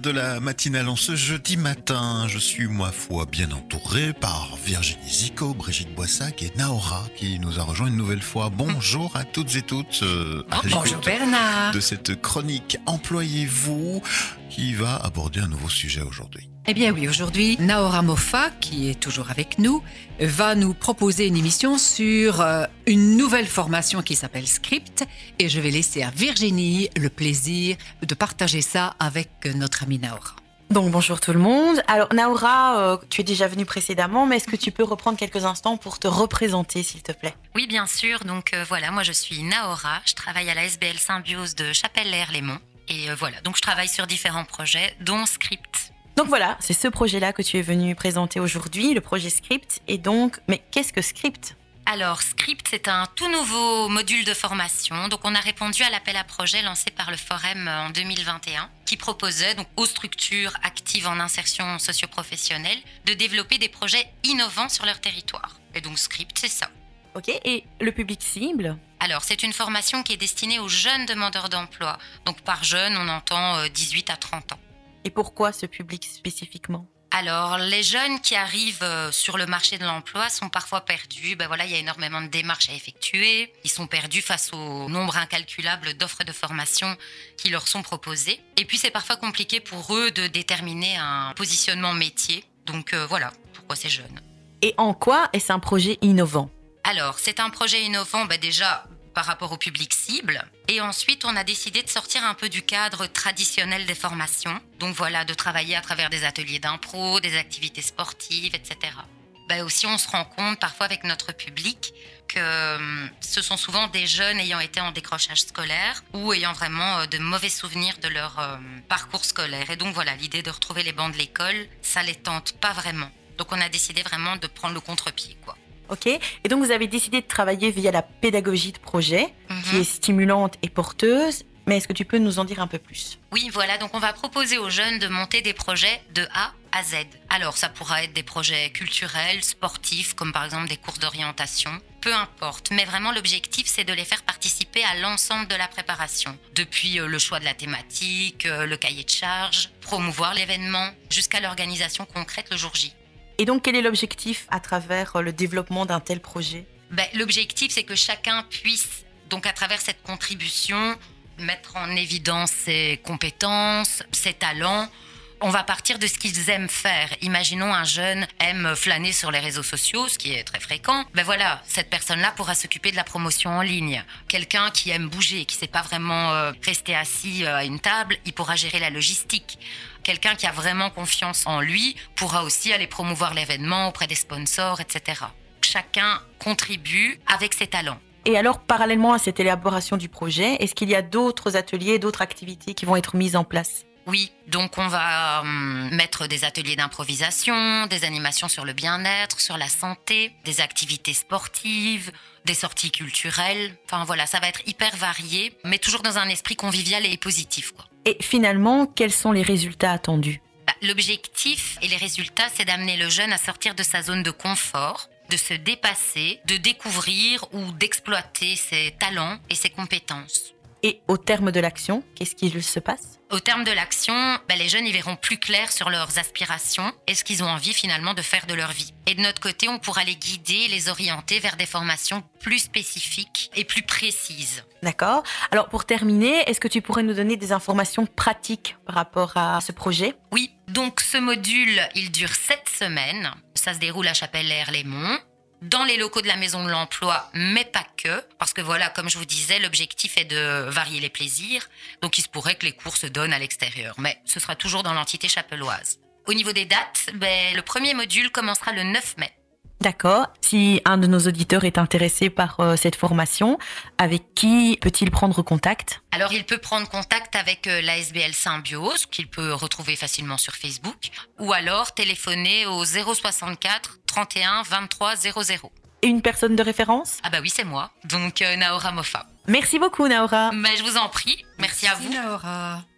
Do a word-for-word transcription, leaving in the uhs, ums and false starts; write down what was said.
de la matinale en ce jeudi matin. Je suis, ma foi, bien entouré par Virginie Zico, Brigitte Boissac et Naora qui nous a rejoint une nouvelle fois. Bonjour à toutes et toutes. Euh, à Bonjour Bernard. De cette chronique Employez-vous qui va aborder un nouveau sujet aujourd'hui. Eh bien oui, aujourd'hui, Naora Mofa, qui est toujours avec nous, va nous proposer une émission sur euh, une nouvelle formation qui s'appelle Script. Et je vais laisser à Virginie le plaisir de partager ça avec notre amie Naora. Donc bonjour tout le monde. Alors Naora, euh, tu es déjà venue précédemment, mais est-ce que tu peux reprendre quelques instants pour te représenter s'il te plaît ? Oui, bien sûr. Donc euh, voilà, moi je suis Naora, je travaille à la S B L Symbiose de Chapelle-Lès-Lémont. Et euh, voilà, donc je travaille sur différents projets, dont Script. Donc voilà, c'est ce projet-là que tu es venu présenter aujourd'hui, le projet Script. Et donc, mais qu'est-ce que Script ? Alors, Script, c'est un tout nouveau module de formation. Donc, on a répondu à l'appel à projet lancé par le Forum en deux mille vingt et un, qui proposait donc aux structures actives en insertion socio-professionnelle de développer des projets innovants sur leur territoire. Et donc, Script, c'est ça. Ok, et le public cible ? Alors, c'est une formation qui est destinée aux jeunes demandeurs d'emploi. Donc, par jeunes, on entend dix-huit à trente ans. Et pourquoi ce public spécifiquement ? Alors, les jeunes qui arrivent sur le marché de l'emploi sont parfois perdus. Ben voilà, il y a énormément de démarches à effectuer. Ils sont perdus face au nombre incalculable d'offres de formation qui leur sont proposées. Et puis, c'est parfois compliqué pour eux de déterminer un positionnement métier. Donc euh, voilà, pourquoi ces jeunes. Et en quoi est-ce un projet innovant ? Alors, c'est un projet innovant, ben déjà par rapport au public cible. Et ensuite, on a décidé de sortir un peu du cadre traditionnel des formations. Donc voilà, de travailler à travers des ateliers d'impro, des activités sportives, et cetera. Ben aussi, on se rend compte parfois avec notre public que ce sont souvent des jeunes ayant été en décrochage scolaire ou ayant vraiment de mauvais souvenirs de leur euh, parcours scolaire. Et donc voilà, l'idée de retrouver les bancs de l'école, ça les tente pas vraiment. Donc on a décidé vraiment de prendre le contre-pied, quoi. Ok, et donc vous avez décidé de travailler via la pédagogie de projet, Mm-hmm. qui est stimulante et porteuse, mais est-ce que tu peux nous en dire un peu plus ? Oui, voilà, donc on va proposer aux jeunes de monter des projets de A à Z. Alors, ça pourra être des projets culturels, sportifs, comme par exemple des courses d'orientation, peu importe. Mais vraiment, l'objectif, c'est de les faire participer à l'ensemble de la préparation. Depuis euh, le choix de la thématique, euh, le cahier de charges, promouvoir l'événement, jusqu'à l'organisation concrète le jour J. Et donc, quel est l'objectif à travers le développement d'un tel projet ? Ben, l'objectif, c'est que chacun puisse, donc à travers cette contribution, mettre en évidence ses compétences, ses talents. On va partir de ce qu'ils aiment faire. Imaginons un jeune aime flâner sur les réseaux sociaux, ce qui est très fréquent. Ben voilà, cette personne-là pourra s'occuper de la promotion en ligne. Quelqu'un qui aime bouger, qui ne sait pas vraiment euh, rester assis à une table, il pourra gérer la logistique. Quelqu'un qui a vraiment confiance en lui pourra aussi aller promouvoir l'événement auprès des sponsors, et cetera. Chacun contribue avec ses talents. Et alors, parallèlement à cette élaboration du projet, est-ce qu'il y a d'autres ateliers, d'autres activités qui vont être mises en place ? Oui, donc on va hum, mettre des ateliers d'improvisation, des animations sur le bien-être, sur la santé, des activités sportives, des sorties culturelles. Enfin voilà, ça va être hyper varié, mais toujours dans un esprit convivial et positif, quoi. Et finalement, quels sont les résultats attendus ? Bah, l'objectif et les résultats, c'est d'amener le jeune à sortir de sa zone de confort, de se dépasser, de découvrir ou d'exploiter ses talents et ses compétences. Et au terme de l'action, qu'est-ce qu'il se passe ? Au terme de l'action, bah, les jeunes y verront plus clair sur leurs aspirations et ce qu'ils ont envie finalement de faire de leur vie. Et de notre côté, on pourra les guider, les orienter vers des formations plus spécifiques et plus précises. D'accord. Alors pour terminer, est-ce que tu pourrais nous donner des informations pratiques par rapport à ce projet ? Oui, donc ce module, il dure sept semaines. Ça se déroule à Chapelle-Lès-Lémont, dans les locaux de la Maison de l'Emploi, mais pas que. Parce que voilà, comme je vous disais, l'objectif est de varier les plaisirs. Donc il se pourrait que les cours se donnent à l'extérieur. Mais ce sera toujours dans l'entité chapelloise. Au niveau des dates, ben, le premier module commencera le neuf mai. D'accord. Si un de nos auditeurs est intéressé par euh, cette formation, avec qui peut-il prendre contact ? Alors, il peut prendre contact avec euh, la S B L Symbiose, qu'il peut retrouver facilement sur Facebook, ou alors téléphoner au zéro soixante-quatre trente et un vingt-trois zéro zéro. Et une personne de référence ? Ah bah oui, c'est moi, donc euh, Naora Mofa. Merci beaucoup, Naora. Mais je vous en prie, merci, merci à vous. Naora.